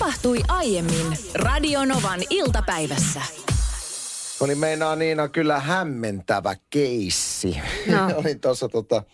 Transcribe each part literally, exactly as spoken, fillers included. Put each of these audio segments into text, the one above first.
tapahtui aiemmin Radionovan iltapäivässä. Oli meinaa Niina kyllä hämmentävä keissi. No. Olin tuossa tota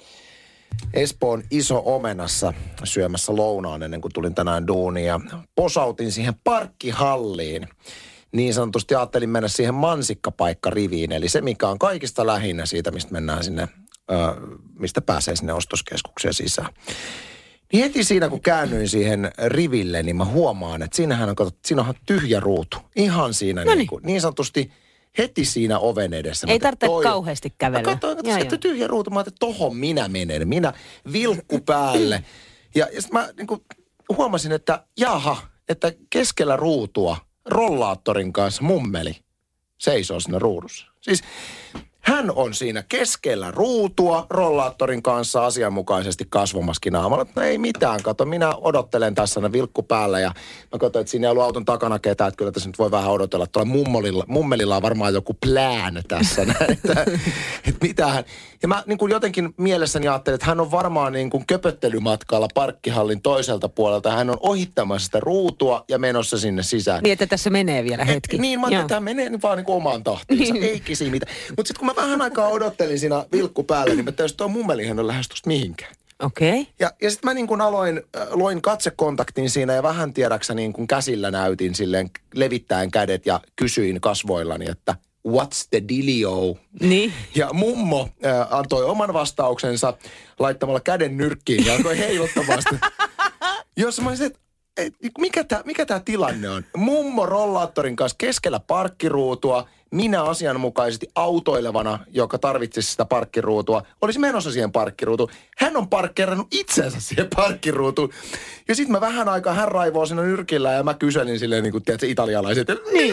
Espoon Iso Omenassa syömässä lounaan ennen kuin tulin tänään duuniin ja posautin siihen parkkihalliin. Niin sanotusti ajattelin mennä siihen mansikkapaikkariviin, eli se mikä on kaikista lähinnä siitä, mistä mennään sinne, ö, mistä pääsee sinne ostoskeskukseen sisään. Niin heti siinä, kun käännyin siihen riville, niin mä huomaan, että siinähän on, katsot, siinä onhan tyhjä ruutu. Ihan siinä niin, kuin, niin sanotusti heti siinä oven edessä. Ei tarvitse toi... kauheasti kävellä. Mä katsoin, katsoin että tyhjä ruutu. Mä ajattelin, että tohon minä menen. Minä vilkku päälle. Ja, ja sitten mä niin kuin huomasin, että jaha, että keskellä ruutua rollaattorin kanssa mummeli seisoo siinä ruudussa. Siis hän on siinä keskellä ruutua rollaattorin kanssa asianmukaisesti kasvomaskin naamalla. No ei mitään, kato, minä odottelen tässä ne vilkku päällä ja mä katsoin, että siinä ei ollut auton takana ketään, että kyllä tässä nyt voi vähän odotella. Tuolla mummelilla, mummelilla on varmaan joku plään tässä näin, että, että mitähän. Ja mä niin kuin jotenkin mielessäni ajattelin, että hän on varmaan niin kuin köpöttelymatkalla parkkihallin toiselta puolelta. Hän on ohittamassa sitä ruutua ja menossa sinne sisään. Niin, että tässä menee vielä hetki. Et, niin, mä ajattelin, että tämä menee vaan niin kuin omaan tahtiinsa, ei kisi mitään. Mutta sitten kun mä vähän aikaa odottelin siinä vilkku päällä, niin mä tein, että tuo mummelihan on lähes tuosta mihinkään. Okei. Okay. Ja, ja sitten mä niin kuin aloin, äh, loin katsekontaktin siinä ja vähän tiedäksä niin kuin käsillä näytin silleen levittäen kädet ja kysyin kasvoillani, että what's the dealio? Niin. Ja mummo äh, antoi oman vastauksensa laittamalla käden nyrkkiin ja alkoi heiluttamaan sitä. Jos mä olisin, että et, mikä tämä mikä tää tilanne on? Mummo rollaattorin kanssa keskellä parkkiruutua, minä asianmukaisesti autoilevana, joka tarvitsisi sitä parkkiruutua, olisi menossa siihen parkkiruutuun. Hän on parkkeerannut itsensä siihen parkkiruutuun. Ja sitten mä vähän aikaa, hän raivoo siinä nyrkillä ja mä kyselin silleen niin kuin, tiedätkö, italialaiset. Niin.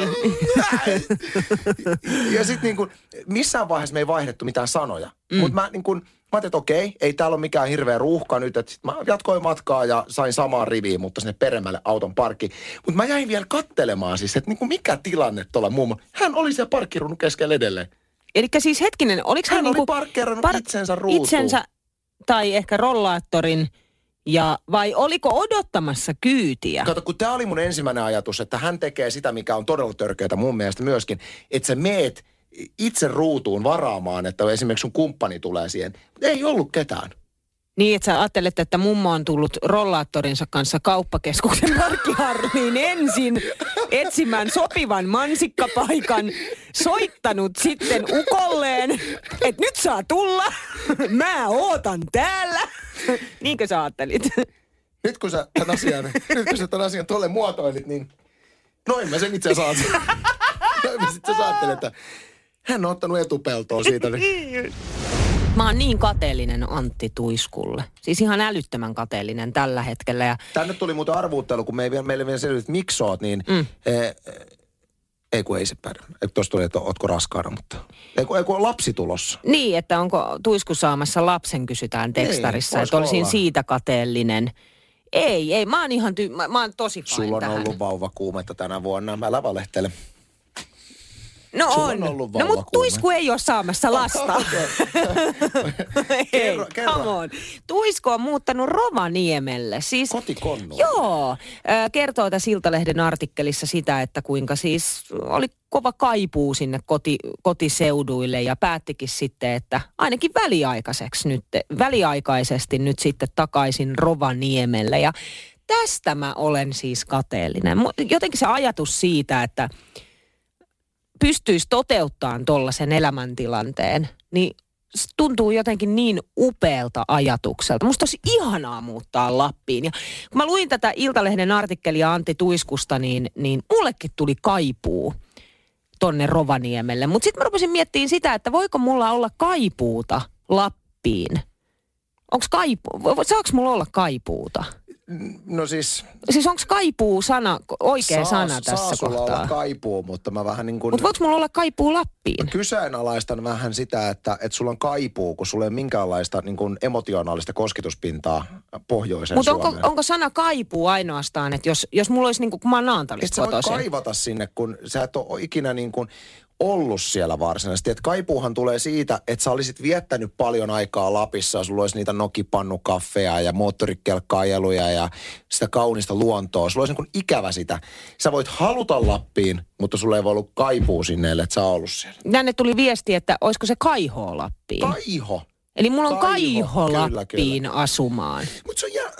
Ja sitten niin kuin, missään vaiheessa me ei vaihdettu mitään sanoja. Mm. Mutta mä niin kuin, mä ajattelin, että okei, ei täällä ole mikään hirveä ruuhka nyt. Että sit mä jatkoin matkaa ja sain samaan riviin, mutta sinne peremmälle auton parkkiin. Mutta mä jäin vielä kattelemaan siis, että niin kuin mikä tilanne tuolla mummo. Hän oli siellä parkkiruudun keskellä edelleen. Elikkä siis hetkinen, oliko hän, hän niinku oli parkkeerannut par- itsensä ruutuun. Itsensä tai ehkä rollaattorin. Ja vai oliko odottamassa kyytiä? Kato, kun tämä oli mun ensimmäinen ajatus, että hän tekee sitä, mikä on todella törkeätä mun mielestä myöskin, että sä meet itse ruutuun varaamaan, että esimerkiksi sun kumppani tulee siihen. Ei ollut ketään. Niin, että sä ajattelet, että mummo on tullut rollaattorinsa kanssa kauppakeskuksen parkkiharliin ensin etsimään sopivan mansikkapaikan, soittanut sitten ukolleen, että nyt saa tulla, mä ootan täällä. Niinkö sä ajattelit? Nyt kun sä tämän asian, nyt kun sä tämän asian tolle muotoilit, niin noin mä sen itse asiassa noin mä sitten ajattelin, että hän on ottanut etupeltoa siitä. Niin. Mä oon niin kateellinen Antti Tuiskulle. Siis ihan älyttömän kateellinen tällä hetkellä. Ja tänne tuli muuten arvuuttelu, kun me ei vielä, meille vielä selvitä, että miksi oot, niin mm. eh, ei kun ei se pädä. Tuossa tuli, että ootko raskaana, mutta ei kun, ei kun on lapsi tulossa. Niin, että onko Tuisku saamassa lapsen, kysytään tekstarissa. Niin, että olisin olla siitä kateellinen. Ei, ei. Mä oon ihan ty- mä, mä oon tosi fine sulla on tähän. ollut vauvakuumetta tänä vuonna. Mä älä valehtele. No sulla on. on no mutta Tuisku ei ole saamassa lasta. Hei, come on. Tuisku on muuttanut Rovaniemelle. Siis, kotikonnuun. Joo. Äh, kertoo tässä Iltalehden artikkelissa sitä, että kuinka siis oli kova kaipuu sinne koti, kotiseuduille ja päättikin sitten, että ainakin väliaikaiseksi nyt, väliaikaisesti nyt sitten takaisin Rovaniemelle. Ja tästä mä olen siis kateellinen. Jotenkin se ajatus siitä, että pystyisi toteuttamaan tollaisen elämäntilanteen, niin tuntuu jotenkin niin upealta ajatukselta. Musta olisi ihanaa muuttaa Lappiin. Ja kun mä luin tätä Iltalehden artikkelia Antti Tuiskusta, niin, niin mullekin tuli kaipuu tonne Rovaniemelle. Mutta sitten mä rupesin miettimään sitä, että voiko mulla olla kaipuuta Lappiin? Onko kaipuu, saako mulla olla kaipuuta? No siis... Siis onko kaipuu sana, oikea saa, sana tässä saa kohtaa? Saa olla kaipuu, mutta mä vähän niin kuin... Mutta voiko mulla olla kaipuu Lappiin? Mä kyseenalaistan vähän sitä, että, että sulla on kaipuu, kun sulla ei ole minkäänlaista niin kuin emotionaalista kosketuspintaa pohjoisen Mutta Suomeen. onko, onko sana kaipuu ainoastaan, että jos, jos mulla olisi niin kuin, kun mä oon Naantalista kotoisin. Et sä voi kaivata sinne, kun sä et ole ikinä niin kuin... ollut siellä varsinaisesti. Et kaipuuhan tulee siitä, että sä olisit viettänyt paljon aikaa Lapissa, sulla olisi niitä nokipannukaffeja ja moottorikelkka-ajeluja ja sitä kaunista luontoa. Sulla olisi niin kuin ikävä sitä. Sä voit haluta Lappiin, mutta sulla ei voi ollut kaipuu sinne, että sä oot ollut siellä. Tänne tuli viesti, että olisiko se Kaihoo Lappiin. Kaiho? Eli mulla on Kaiho, Kaiho kyllä, Lappiin kyllä. asumaan. Mutta se on jä...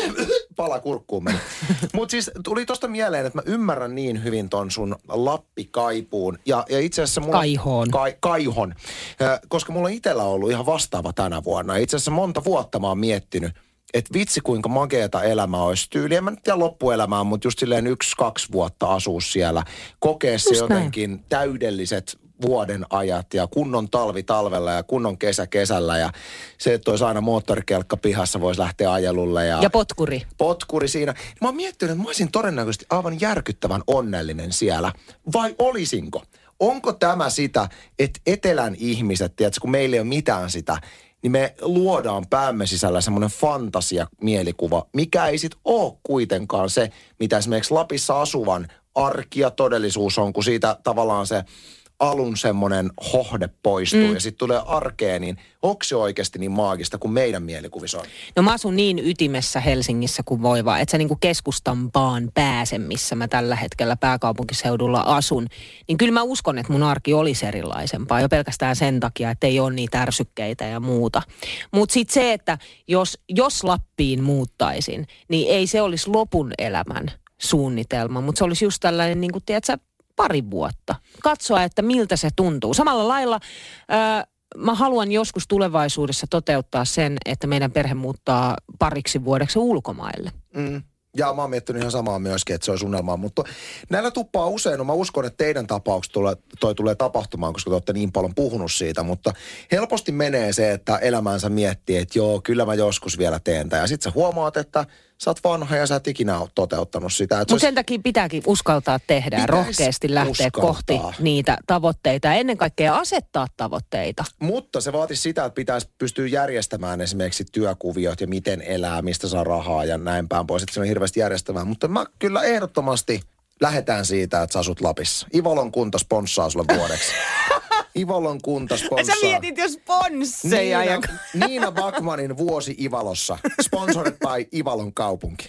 Pala kurkkuun meni. Mutta siis tuli tosta mieleen, että mä ymmärrän niin hyvin ton sun Lappi-kaipuun. Ja, ja itse asiassa mulla... Kaihoon. Kai, kaihon. Äh, koska mulla on itsellä ollut ihan vastaava tänä vuonna. Itse asiassa monta vuotta mä oon miettinyt, että vitsi kuinka makeata elämä olisi tyyli. En mä nyt tiedä loppuelämää, mutta just silleen yksi, kaksi vuotta asuu siellä. Kokee se Just jotenkin näin. täydelliset vuoden ajat ja kunnon talvi talvella ja kunnon kesä kesällä. Ja se, että olisi aina moottorikelkka pihassa, voisi lähteä ajelulle. Ja, Ja potkuri. potkuri siinä. Mä oon miettinyt, että mä olisin todennäköisesti aivan järkyttävän onnellinen siellä. Vai olisinko? Onko tämä sitä, että etelän ihmiset, tiedätkö, kun meillä ei ole mitään sitä, niin me luodaan päämme sisällä semmoinen fantasia-mielikuva, mikä ei sit ole kuitenkaan se, mitä esimerkiksi Lapissa asuvan arki ja todellisuus on, kun siitä tavallaan se alun semmoinen hohde poistuu mm. ja sitten tulee arkeen, niin onko se oikeasti niin maagista kuin meidän mielikuvissa on? No mä asun niin ytimessä Helsingissä kuin voi vaan, että sä niinku keskustampaan pääse, missä mä tällä hetkellä pääkaupunkiseudulla asun. Niin kyllä mä uskon, että mun arki olisi erilaisempaa jo pelkästään sen takia, että ei ole niitä ärsykkeitä ja muuta. Mutta sitten se, että jos, jos Lappiin muuttaisin, niin ei se olisi lopun elämän suunnitelma, mutta se olisi just tällainen, niin kuin tiedätkö, pari vuotta. Katsoa, että miltä se tuntuu. Samalla lailla ää, mä haluan joskus tulevaisuudessa toteuttaa sen, että meidän perhe muuttaa pariksi vuodeksi ulkomaille. Mm. Ja mä oon miettinyt ihan samaa myöskin, että se olisi unelmaa, mutta näillä tuppaa usein, no mä uskon, että teidän tapauksessa tulee, toi tulee tapahtumaan, koska te olette niin paljon puhunut siitä, mutta helposti menee se, että elämänsä miettii, että joo, kyllä mä joskus vielä teen tämän. Ja sit sä huomaat, että sä oot vanha ja sä et ikinä ole toteuttanut sitä. Mutta olisi... sen takia pitääkin uskaltaa tehdä ja rohkeasti lähteä uskaltaa. kohti niitä tavoitteita ja ennen kaikkea asettaa tavoitteita. Mutta se vaatisi sitä, että pitäisi pystyä järjestämään esimerkiksi työkuviot ja miten elää, mistä saa rahaa ja näin päin pois. Että se on hirveästi järjestämään. Mutta mä kyllä ehdottomasti lähdetään siitä, että sä asut Lapissa. Ivalon kunta sponssaa sulle vuodeksi. Ivalon kunta sponssaa. Sä mietit jo sponsseja. Niina, ja... Niina Backmanin vuosi Ivalossa. Sponsored by Ivalon kaupunki.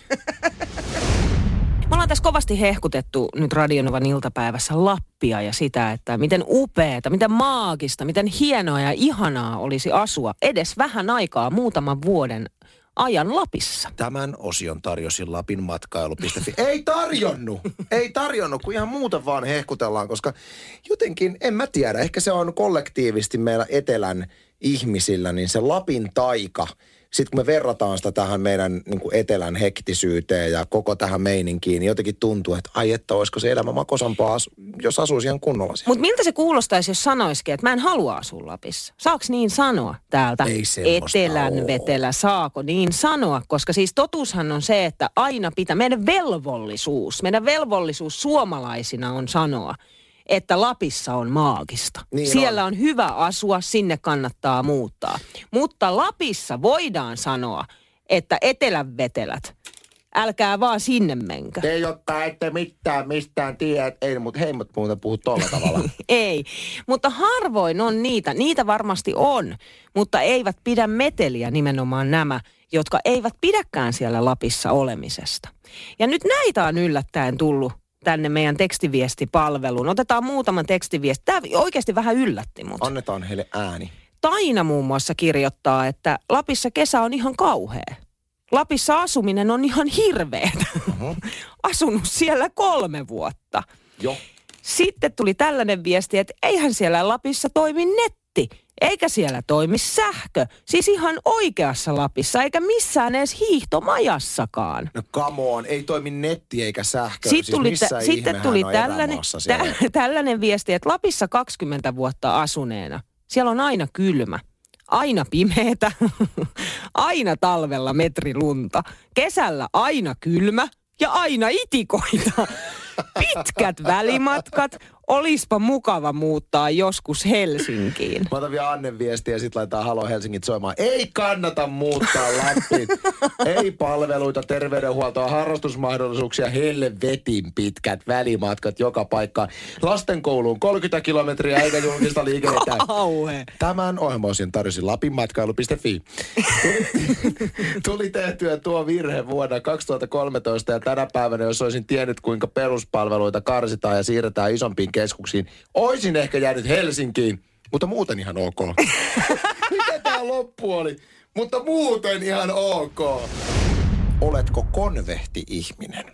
Me ollaan tässä kovasti hehkutettu nyt Radionovan iltapäivässä Lappia ja sitä, että miten upeata, miten maagista, miten hienoa ja ihanaa olisi asua edes vähän aikaa muutaman vuoden ajan Lapissa. Tämän osion tarjosi Lapin matkailu piste fi. Ei tarjonnut! Ei tarjonnut, kun ihan muuten vaan hehkutellaan, koska jotenkin, en mä tiedä, ehkä se on kollektiivisesti meillä etelän ihmisillä, niin se Lapin taika, sitten kun me verrataan sitä tähän meidän niin kuin etelän hektisyyteen ja koko tähän meininkiin, niin jotenkin tuntuu, että ai että olisiko se elämä makosampaa, jos asuisi ihan kunnolla siellä. Mutta miltä se kuulostaisi, jos sanoisikin, että mä en halua asua Lapissa? Saaks niin sanoa täältä etelän oo. vetelä? Saako niin sanoa? Koska siis totuushan on se, että aina pitää, meidän velvollisuus, meidän velvollisuus suomalaisina on sanoa, että Lapissa on maagista. Niin Siellä on. on hyvä asua, sinne kannattaa muuttaa. Mutta Lapissa voidaan sanoa, että etelän vetelät, älkää vaan sinne menkö. Te, jotka ette mitään mistään tiedä, ei, mutta hei, mutta muuten puhut tolla tavalla. Ei, mutta harvoin on niitä. Niitä varmasti on, mutta eivät pidä meteliä nimenomaan nämä, jotka eivät pidäkään siellä Lapissa olemisesta. Ja nyt näitä on yllättäen tullut tänne meidän tekstiviestipalveluun. Otetaan muutama tekstiviesti. Tämä oikeasti vähän yllätti mut. Annetaan heille ääni. Taina muun muassa kirjoittaa, että Lapissa kesä on ihan kauhea. Lapissa asuminen on ihan hirveetä. Uh-huh. Asunut siellä kolme vuotta. Joo. Sitten tuli tällainen viesti, että eihän siellä Lapissa toimi netti. Eikä siellä toimi sähkö. Siis ihan oikeassa Lapissa, eikä missään edes hiihtomajassakaan. No come on, ei toimi netti eikä sähkö. Sitten siis tuli, missä tä, sitten tuli tällainen, tä, tällainen viesti, että Lapissa kaksikymmentä vuotta asuneena, siellä on aina kylmä, aina pimeätä, aina talvella metri lunta, kesällä aina kylmä ja aina itikoita. Pitkät välimatkat, olispa mukava muuttaa joskus Helsinkiin. Mä otan vielä Annen viestiä ja sit laitetaan Halo Helsingit soimaan. Ei kannata muuttaa Lappiin. Ei palveluita, terveydenhuoltoa, harrastusmahdollisuuksia, helvetin pitkät välimatkat joka paikkaan. Lastenkouluun kolmekymmentä kilometriä eikä julkista liikennettä. Kauhe. Tämän ohjelmaosion tarjosi lapinmatkailu piste fi. Tuli, tuli tehtyä tuo virhe vuonna kaksituhattakolmetoista ja tänä päivänä, jos olisin tiennyt, kuinka peruspalveluita karsitaan ja siirretään isompiin keskuksiin, oisin ehkä jäänyt Helsinkiin, mutta muuten ihan ok. Mikä tää loppu oli? Mutta muuten ihan ok. Oletko konvehti-ihminen?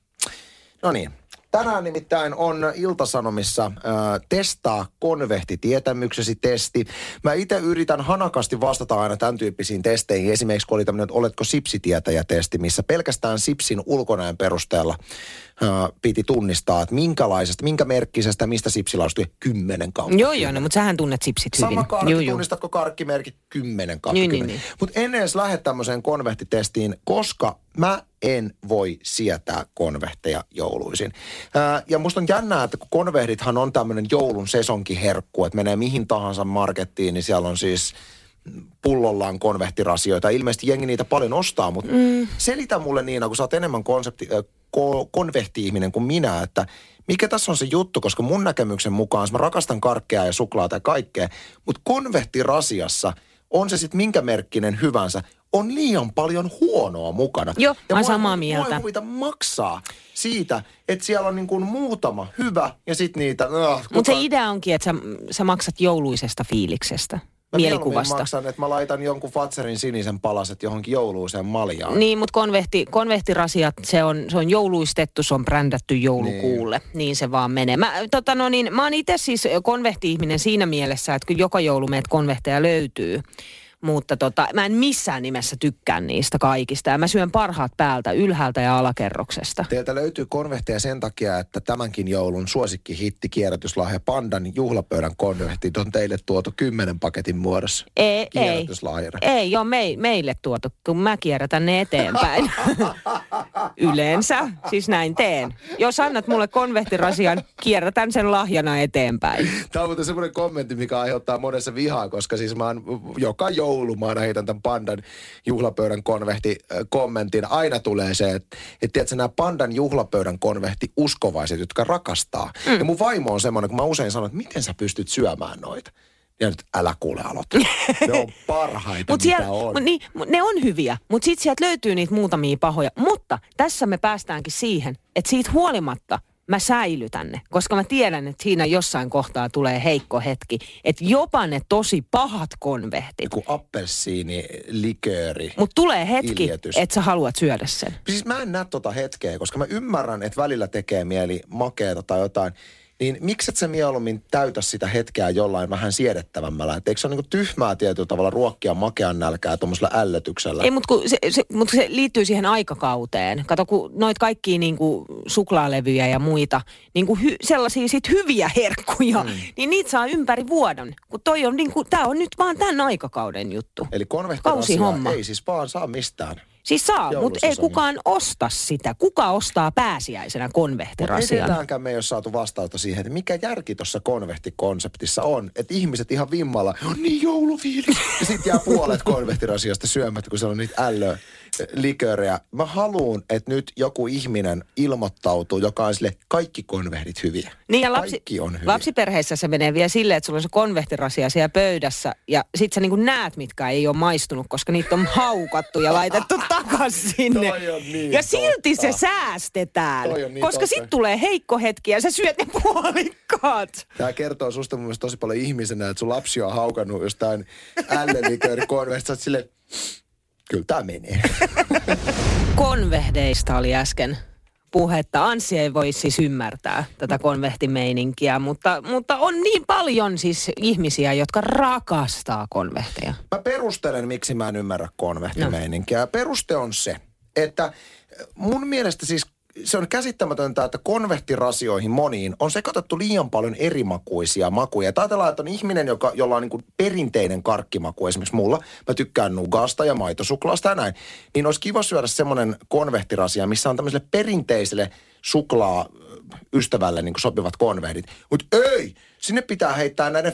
No niin. Tänään nimittäin on Ilta-Sanomissa äh, testaa konvehtitietämyksesi testi. Mä itse yritän hanakasti vastata aina tämän tyyppisiin testeihin. Esimerkiksi kun oli tämmöinen, että oletko sipsitietäjä-testi, missä pelkästään sipsin ulkonäön perusteella äh, piti tunnistaa, että minkälaisesta, minkä merkkisestä, mistä sipsi laustui kymmenen kautta. Joo, joo, no, mutta sähän tunnet sipsit hyvin. Sama karkki, joo, tunnistatko karkkimerkit kymmenen kautta niin, kymmenen. niin, niin. Mutta en edes lähde tämmöiseen konvehtitestiin, koska mä en voi sietää konvehteja jouluisin. Ää, ja musta on jännää, että kun konvehdithan on tämmöinen joulun sesonkiherkku, että menee mihin tahansa markettiin, niin siellä on siis pullollaan konvehtirasioita. Ilmeisesti jengi niitä paljon ostaa, mutta mm. selitä mulle Niina, kun sä oot enemmän konsepti, äh, ko, konvehti-ihminen kuin minä, että mikä tässä on se juttu, koska mun näkemyksen mukaan, mä rakastan karkkeja ja suklaata ja kaikkea, mutta konvehtirasiassa on se sitten minkä merkkinen hyvänsä, on liian paljon huonoa mukana. Joo, ja mä samaa mieltä. Mua ei huvita maksaa siitä, että siellä on niin kuin muutama hyvä ja sitten niitä... Uh, mutta se idea onkin, että sä, sä maksat jouluisesta fiiliksestä. Mä mielikuvasta. Maksan, että mä laitan jonkun Fatserin sinisen palaset johonkin jouluiseen maljaan. Niin, mutta konvehti, konvehtirasiat, se on, se on jouluistettu, se on brändätty joulukuulle. Niin, niin se vaan menee. Mä, tota no niin, mä oon itse siis konvehti-ihminen siinä mielessä, että kun joka joulu meitä konvehteja löytyy. Mutta tota, mä en missään nimessä tykkää niistä kaikista. Ja mä syön parhaat päältä, ylhäältä ja alakerroksesta. Teiltä löytyy konvehteja sen takia, että tämänkin joulun suosikkihitti kierrätyslahja Pandan juhlapöydän konvehtit on teille tuotu kymmenen paketin muodossa. Ei, ei. Ei, joo, me, meille tuotu, kun mä kierrätän ne eteenpäin. Yleensä, siis näin teen. Jos annat mulle konvehtirasian, kierrätän sen lahjana eteenpäin. Tämä on muuten semmoinen kommentti, mikä aiheuttaa monessa vihaa, koska siis mä oon joka joulu mä aina heitän tämän Pandan juhlapöydän konvehti kommentin. Aina tulee se, että, että tiedätkö, nämä Pandan juhlapöydän konvehti uskovaiset, jotka rakastaa. Mm. Ja mun vaimo on semmoinen, kun mä usein sanon, että miten sä pystyt syömään noita. Ja nyt älä kuule aloita. Ne on parhaita, mut mitä siellä, on. Mut niin, ne on hyviä, mutta sitten sieltä löytyy niitä muutamia pahoja. Mutta tässä me päästäänkin siihen, että siitä huolimatta mä säilytän ne, koska mä tiedän, että siinä jossain kohtaa tulee heikko hetki. Että jopa ne tosi pahat konvehtit. Joku appelsiini, likööri. Mutta tulee hetki, iljetys. että sä haluat syödä sen. Siis mä en näe tota hetkeä, koska mä ymmärrän, että välillä tekee mieli makeeta tai jotain. Niin miksi et sä mieluummin täytä sitä hetkeä jollain vähän siedettävämmällä? Et eikö se ole niinku tyhmää tietyllä tavalla ruokkia makean nälkää tuommoisella ällötyksellä? Ei, mutta se, se, mut se liittyy siihen aikakauteen. Kato, kun noit kaikkia niinku suklaalevyjä ja muita, niinku hy, sellaisia sit hyviä herkkuja, mm. niin niitä saa ympäri vuoden. Kun toi on niinku, tää on nyt vaan tämän aikakauden juttu. Eli konvehtirasia ei siis vaan saa mistään. Siis saa, mutta ei kukaan osta sitä. Kuka ostaa pääsiäisenä konvehtirasian? Mutta edelläänkään me ei ole saatu vastausta siihen, että mikä järki tuossa konvehtikonseptissa on. Että ihmiset ihan vimmalla, on niin joulufiilis. Ja sitten jää puolet konvehtirasiasta syömättä, kun siellä on niitä ällöä liköörejä. Mä haluun, että nyt joku ihminen ilmoittautuu, joka on sille kaikki konvehdit hyviä. Niin ja lapsi, kaikki on hyviä. Lapsiperheissä se menee vielä silleen, että sulla on se konvehtirasia siellä pöydässä ja sit sä niinku näet, mitkä ei ole maistunut, koska niitä on haukattu ja laitettu takas sinne. Niin ja silti totta. se säästetään, niin koska totta. Sit tulee heikko hetki ja sä syöt ne puolikkaat. Tämä kertoo susta mun mielestä tosi paljon ihmisenä, että sun lapsi on haukannut jostain älleliköörikonvehdista. Sä oot silleen, kyllä tää menee. Konvehdeista oli äsken puhetta. Anssi ei voi siis ymmärtää tätä konvehtimeininkiä, mutta, mutta on niin paljon siis ihmisiä, jotka rakastaa konvehteja. Mä perustelen, miksi mä en ymmärrä konvehtimeininkiä. No. Peruste on se, että mun mielestä siis se on käsittämätöntä, että konvehtirasioihin moniin on sekoitettu liian paljon erimakuisia makuja. Et ajatellaan, että on ihminen, joka, jolla on niin kuin perinteinen karkkimaku, esimerkiksi mulla, mä tykkään nugasta ja maitosuklaasta ja näin, niin olisi kiva syödä semmoinen konvehtirasia, missä on tämmöiselle perinteiselle suklaa ystävälle niin kuin sopivat konvehdit. Mutta ei, sinne pitää heittää näiden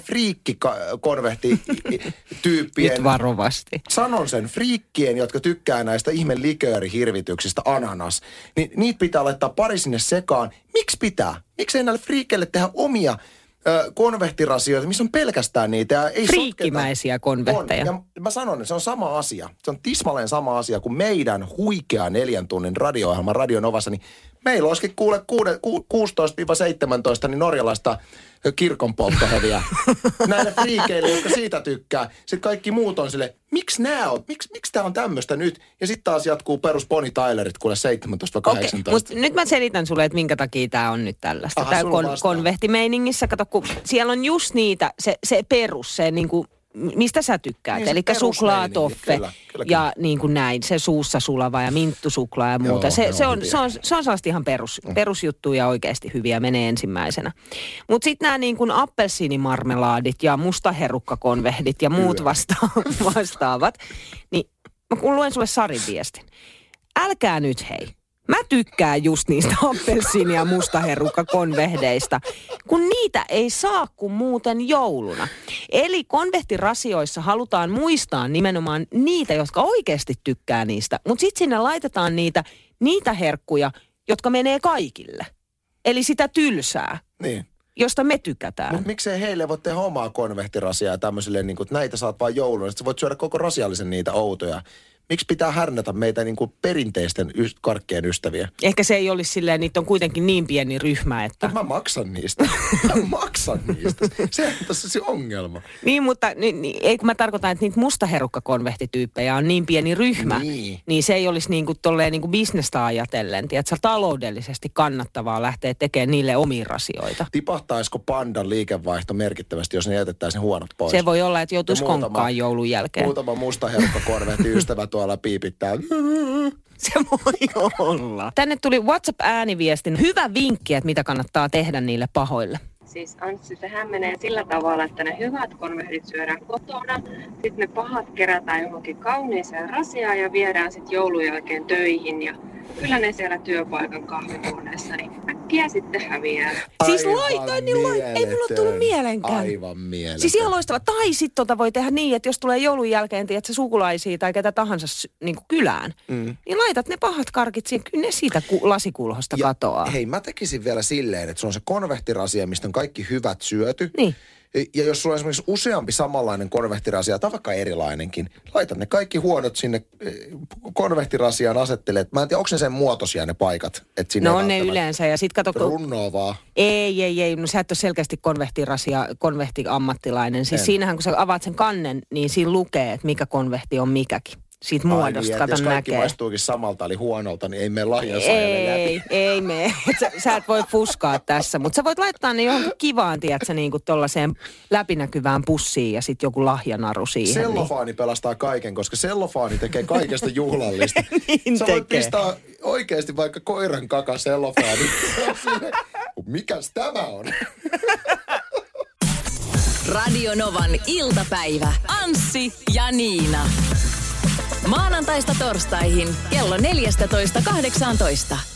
friikkikonvehtityyppien. Nyt varovasti. Sanon sen, friikkien, jotka tykkää näistä ihme liköörihirvityksistä, ananas. Niin niitä pitää laittaa pari sinne sekaan. Miksi pitää? Miksi ei näille friikeille tehdä omia ö, konvehtirasioita, missä on pelkästään niitä? Ja ei friikkimäisiä konvehteja. On. Ja mä sanon, että se on sama asia. Se on tismalleen sama asia kuin meidän huikea neljän tunnin radio-ohjelma Radio Novassa. Niin meillä olisikin kuule kuusitoista seitsemäntoista niin norjalaista kirkonpolttoheviä näille friikeille, jotka siitä tykkää. Sitten kaikki muut on sille, miksi nää on, miksi, miksi tää on tämmöistä nyt? Ja sitten taas jatkuu perus Bonnie Tylerit kuule seitsemäntoista kahdeksantoista. Okei, mutta nyt mä selitän sulle, että minkä takia tää on nyt tällaista. Aha, tää kon, konvehtimeiningissä, kato, kun siellä on just niitä, se, se perus, se niinku, mistä sä tykkäät. Niin, eli suklaatoffe kyllä, kyllä, ja kyllä. Niin kuin näin, se suussa sulava ja minttusuklaa ja muuta. Joo, se, joo, se, on, se, on, se on sellaista ihan perus, mm. perusjuttuja oikeasti hyviä, menee ensimmäisenä. Mutta sitten nämä niin kuin appelsiinimarmelaadit ja mustaherukkakonvehdit ja muut vasta- vastaavat, niin mä luen sulle Sarin viestin. Älkää nyt hei. Mä tykkään just niistä appelsiini- ja mustaherukkakonvehdeista, kun niitä ei saa kuin muuten jouluna. Eli konvehtirasioissa halutaan muistaa nimenomaan niitä, jotka oikeasti tykkää niistä. Mutta sitten sinne laitetaan niitä, niitä herkkuja, jotka menee kaikille. Eli sitä tylsää. Niin. Josta me tykätään. Mutta miksei heille voi tehdä omaa konvehtirasiaa tämmöiselle, niin kuin, että näitä saat vaan jouluna. Sitten sä voit syödä koko rasiallisen niitä outoja. Miksi pitää härnätä meitä niin kuin perinteisten y- karkkien ystäviä? Ehkä se ei olisi silleen, niitä on kuitenkin niin pieni ryhmä, että... Mä maksan niistä. Mä maksan niistä. Se on tässä se ongelma. Niin, mutta niin, niin, ei kun mä tarkoitan, että niitä mustaherukkakonvehtityyppejä on niin pieni ryhmä, niin, niin se ei olisi niin kuin tolleen niin kuin bisnestä ajatellen, tiedätkö, taloudellisesti kannattavaa lähteä tekemään niille omia rasioita. Tipahtaisiko Pandan liikevaihto merkittävästi, jos ne jätettäisiin huonot pois? Se voi olla, että joutuisi konkkaan joulun jälkeen. Muutama mustaherukkakonvehti ystävä tuolla piipittää. Se voi olla. Tänne tuli WhatsApp-ääniviestin. Hyvä vinkki, että mitä kannattaa tehdä niille pahoille. Siis Anssi, sehän menee sillä tavalla, että ne hyvät konvehdit syödään kotona. Sitten ne pahat kerätään johonkin kauniiseen rasiaan ja viedään sitten joulun jälkeen töihin. Ja kyllä ne siellä työpaikan kahvihuoneessa niin äkkiä sitten häviää. Siis laitoin, niin laitoin. Ei mulla ole tullut mielenkään. Aivan mieletön. Siis ihan loistava. Tai sitten tota voi tehdä niin, että jos tulee joulun jälkeen, tiedätkö, sukulaisia tai ketä tahansa niin kuin kylään, mm. niin laitat ne pahat karkit siihen. Kyllä ne siitä ku- lasikulhosta ja katoaa. Hei, mä tekisin vielä silleen, että se on se konvehtirasia, mistä on kaikki hyvät syöty. Niin. Ja jos sulla on esimerkiksi useampi samanlainen konvehtirasia, tai vaikka erilainenkin, laitat ne kaikki huonot sinne konvehtirasiaan asettelet. Mä en tiedä, onko ne sen muotoisia ne paikat? Että sinne no on ne yleensä. Ja sit kato, runnoo vaan. Ei, ei, ei. No sä et ole selkeästi konvehtirasia, konvehtiammattilainen. Siis Ei. Siinähän, kun sä avaat sen kannen, niin siinä lukee, että mikä konvehti on mikäkin. Siitä muodosta, kato jos kaikki näkee. maistuukin samalta, eli huonolta, niin ei mene lahjansaajalle läpi. Ei, ei mene. Sä, sä et voi fuskaa tässä, mutta sä voit laittaa ne johonkin kivaan, tiedätkö, niin kuin tollaiseen läpinäkyvään pussiin ja sitten joku lahjanaru siihen. Sellofaani niin. pelastaa kaiken, koska sellofaani tekee kaikesta juhlallista. Niin sä voit tekee. Pistää oikeasti vaikka koiran kaka sellofaani. Mikäs tämä on? Radio Novan iltapäivä. Anssi ja Niina. Maanantaista torstaihin kello neljätoista kahdeksantoista.